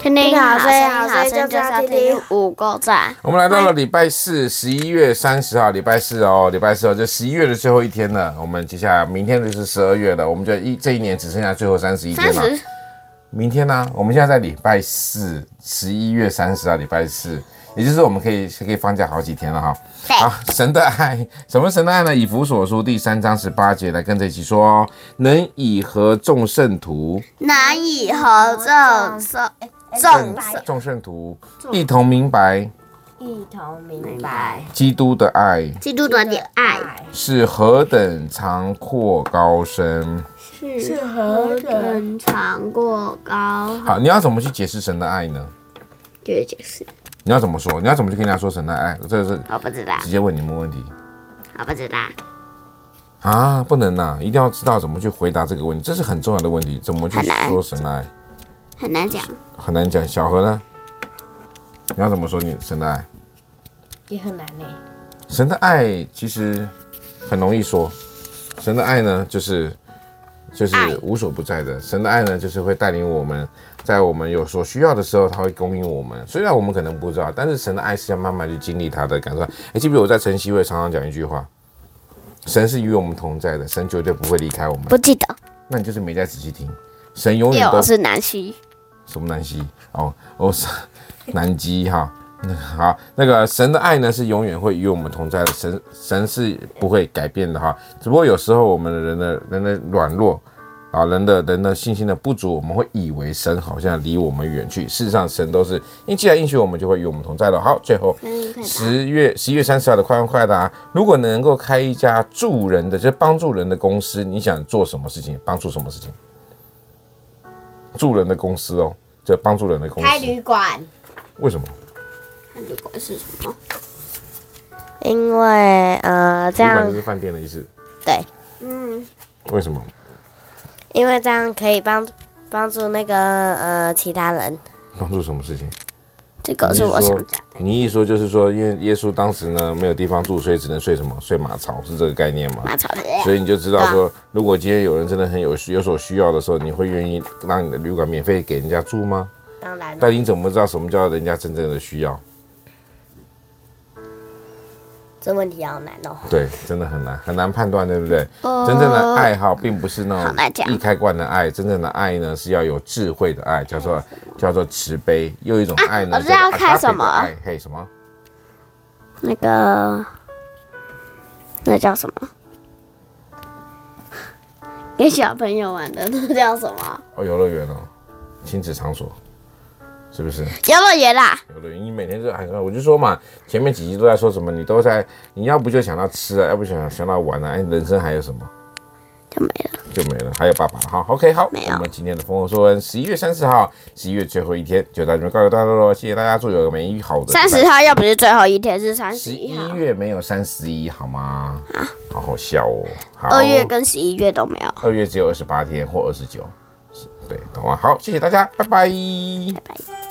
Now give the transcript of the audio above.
听听好声音，好声音就是要听听5个赞。 我们来到了礼拜四，11月30号，礼拜四哦，就11月的最后一天了。我们接下来明天就是12月了，我们就这一年只剩下最后31天了。明天呢，我们现在在礼拜四，11月30号，礼拜四，也就是我们可以放假好几天了哈。好，神的爱，什么神的爱呢？以弗所书第3章18节来跟着一起说哦，能以和众圣徒，众圣徒一同明白基督的爱是何等长阔高深。 是何等长过高。 好，你要怎么去解释神的爱呢？ 就是解释。 你要怎么说？你要怎么去跟人家说神的爱？这个是我不知道。 直接问你们问题。 我不知道。 啊，不能呐，一定要知道怎么去回答这个问题，这是很重要的问题。怎么去说神的爱？ 很难讲。 很难讲。小何呢？你要怎么说你神的爱？ 也很难呢。 神的爱其实很容易说，神的爱呢，就是无所不在的。神的爱呢，就是会带领我们，在我们有所需要的时候，他会供应我们。虽然我们可能不知道，但是神的爱是要慢慢去经历他的感受。记不记得我在晨曦会常常讲一句话：神是与我们同在的，神绝对不会离开我们。 不记得。 那你就是没在仔细听。神永远都是南希。 什么南希？是南极哈。好，那个神的爱呢是永远会与我们同在的，神是不会改变的哈。只不过有时候我们人的软弱啊，人的信心的不足，我们会以为神好像离我们远去，事实上神都是既然应许我们，就会与我们同在了。好，最后11月30号的快问快答，如果能够开一家助人的，就是帮助人的公司，你想做什么事情？帮助什么事情？助人的公司哦，就帮助人的公司。 开旅馆。 为什么？ 旅馆是什么？ 因为这样旅馆就是饭店的意思。 对。 为什么？ 因为这样可以帮助那个其他人。 帮助什么事情？ 这个是我想讲的。 你一说就是说，因为耶稣当时呢没有地方住，所以只能睡什么？睡马槽，是这个概念吗？ 马槽。 所以你就知道说，如果今天有人真的有所需要的时候，你会愿意让你的旅馆免费给人家住吗？ 当然。 但你怎么知道什么叫人家真正的需要？ 这问题好难哦。 对，真的很难判断，对不对？真正的爱好并不是那种一开罐的爱，真正的爱呢是要有智慧的爱，叫做慈悲。又一种爱呢， 我知道要开什么？ 嘿，什么？ 那叫什么？给小朋友玩的那叫什么？ 游乐园哦，亲子场所。是不是游乐园啦？ 游乐园，你每天就我就说嘛，前面几集都在说什么，你要不就想到吃啊，要不想到玩啊，人生还有什么？就没了，还有爸爸。好 ，OK， 好，我们今天的丰禾说恩，11月30号，11月最后一天，就到这边告一段落喽。谢谢大家，祝有个美好的。 30号又不是最后一天，是31号。 11月没有31，好吗？好好笑哦。好 2月跟11月都没有。 2月只有28天或29，对，懂吗？好，谢谢大家，拜拜。 拜拜。